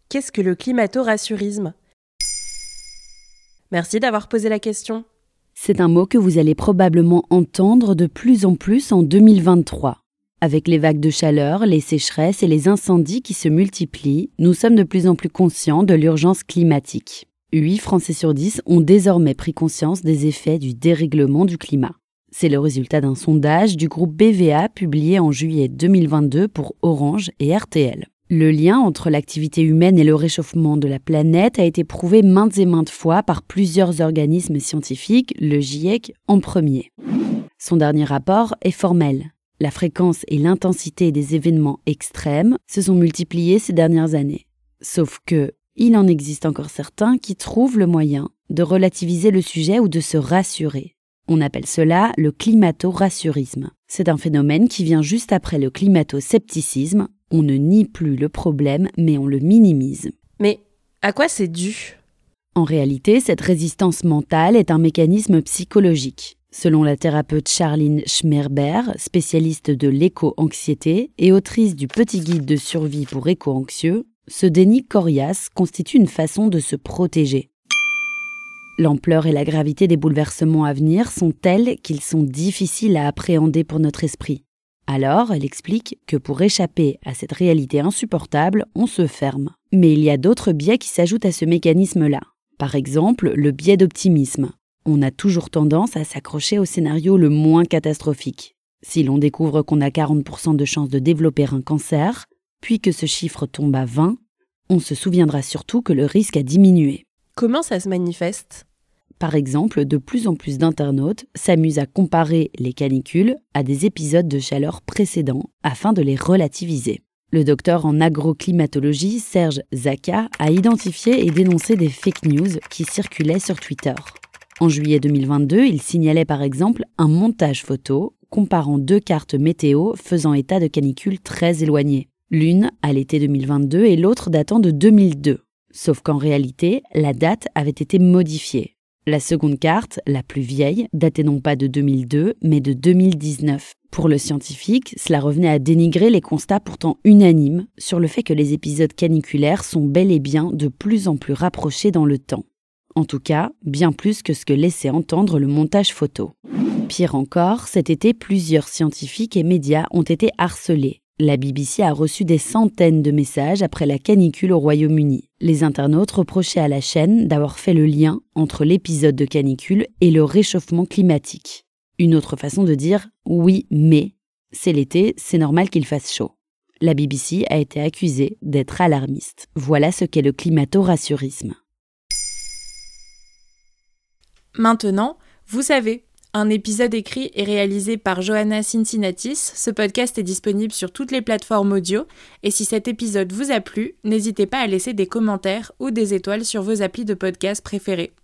Qu'est-ce que le climato-rassurisme ? Merci d'avoir posé la question. C'est un mot que vous allez probablement entendre de plus en plus en 2023. Avec les vagues de chaleur, les sécheresses et les incendies qui se multiplient, nous sommes de plus en plus conscients de l'urgence climatique. 8 Français sur 10 ont désormais pris conscience des effets du dérèglement du climat. C'est le résultat d'un sondage du groupe BVA publié en juillet 2022 pour Orange et RTL. Le lien entre l'activité humaine et le réchauffement de la planète a été prouvé maintes et maintes fois par plusieurs organismes scientifiques, le GIEC en premier. Son dernier rapport est formel. La fréquence et l'intensité des événements extrêmes se sont multipliées ces dernières années. Sauf que, il en existe encore certains qui trouvent le moyen de relativiser le sujet ou de se rassurer. On appelle cela le climato-rassurisme. C'est un phénomène qui vient juste après le climato-scepticisme. On ne nie plus le problème, mais on le minimise. Mais à quoi c'est dû ? En réalité, cette résistance mentale est un mécanisme psychologique. Selon la thérapeute Charline Schmerber, spécialiste de l'éco-anxiété et autrice du Petit guide de survie pour éco-anxieux, ce déni coriace constitue une façon de se protéger. L'ampleur et la gravité des bouleversements à venir sont telles qu'ils sont difficiles à appréhender pour notre esprit. Alors, elle explique que pour échapper à cette réalité insupportable, on se ferme. Mais il y a d'autres biais qui s'ajoutent à ce mécanisme-là. Par exemple, le biais d'optimisme. On a toujours tendance à s'accrocher au scénario le moins catastrophique. Si l'on découvre qu'on a 40% de chances de développer un cancer, puis que ce chiffre tombe à 20, on se souviendra surtout que le risque a diminué. Comment ça se manifeste ? Par exemple, de plus en plus d'internautes s'amusent à comparer les canicules à des épisodes de chaleur précédents afin de les relativiser. Le docteur en agroclimatologie Serge Zaka a identifié et dénoncé des fake news qui circulaient sur Twitter. En juillet 2022, il signalait par exemple un montage photo comparant 2 cartes météo faisant état de canicules très éloignées. L'une à l'été 2022 et l'autre datant de 2002. Sauf qu'en réalité, la date avait été modifiée. La seconde carte, la plus vieille, datait non pas de 2002, mais de 2019. Pour le scientifique, cela revenait à dénigrer les constats pourtant unanimes sur le fait que les épisodes caniculaires sont bel et bien de plus en plus rapprochés dans le temps. En tout cas, bien plus que ce que laissait entendre le montage photo. Pire encore, cet été, plusieurs scientifiques et médias ont été harcelés. La BBC a reçu des centaines de messages après la canicule au Royaume-Uni. Les internautes reprochaient à la chaîne d'avoir fait le lien entre l'épisode de canicule et le réchauffement climatique. Une autre façon de dire « oui, mais c'est l'été, c'est normal qu'il fasse chaud ». La BBC a été accusée d'être alarmiste. Voilà ce qu'est le climato-rassurisme. Maintenant, vous savez. Un épisode écrit et réalisé par Johanna Cincinnatis. Ce podcast est disponible sur toutes les plateformes audio. Et si cet épisode vous a plu, n'hésitez pas à laisser des commentaires ou des étoiles sur vos applis de podcast préférés.